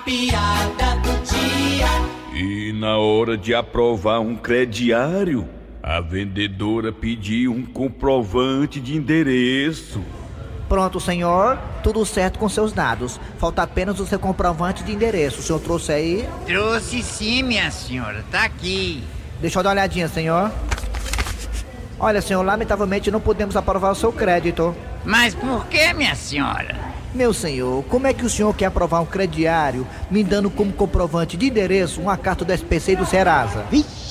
piada do dia. E na hora de aprovar um crediário, a vendedora pediu um comprovante de endereço. Pronto, senhor. Tudo certo com seus dados. Falta apenas o seu comprovante de endereço. O senhor trouxe aí? Trouxe sim, minha senhora. Tá aqui. Deixa eu dar uma olhadinha, senhor. Olha, senhor, lamentavelmente não podemos aprovar o seu crédito. Mas por que, minha senhora? Meu senhor, como é que o senhor quer aprovar um crediário me dando como comprovante de endereço uma carta do SPC e do Serasa? Vixe!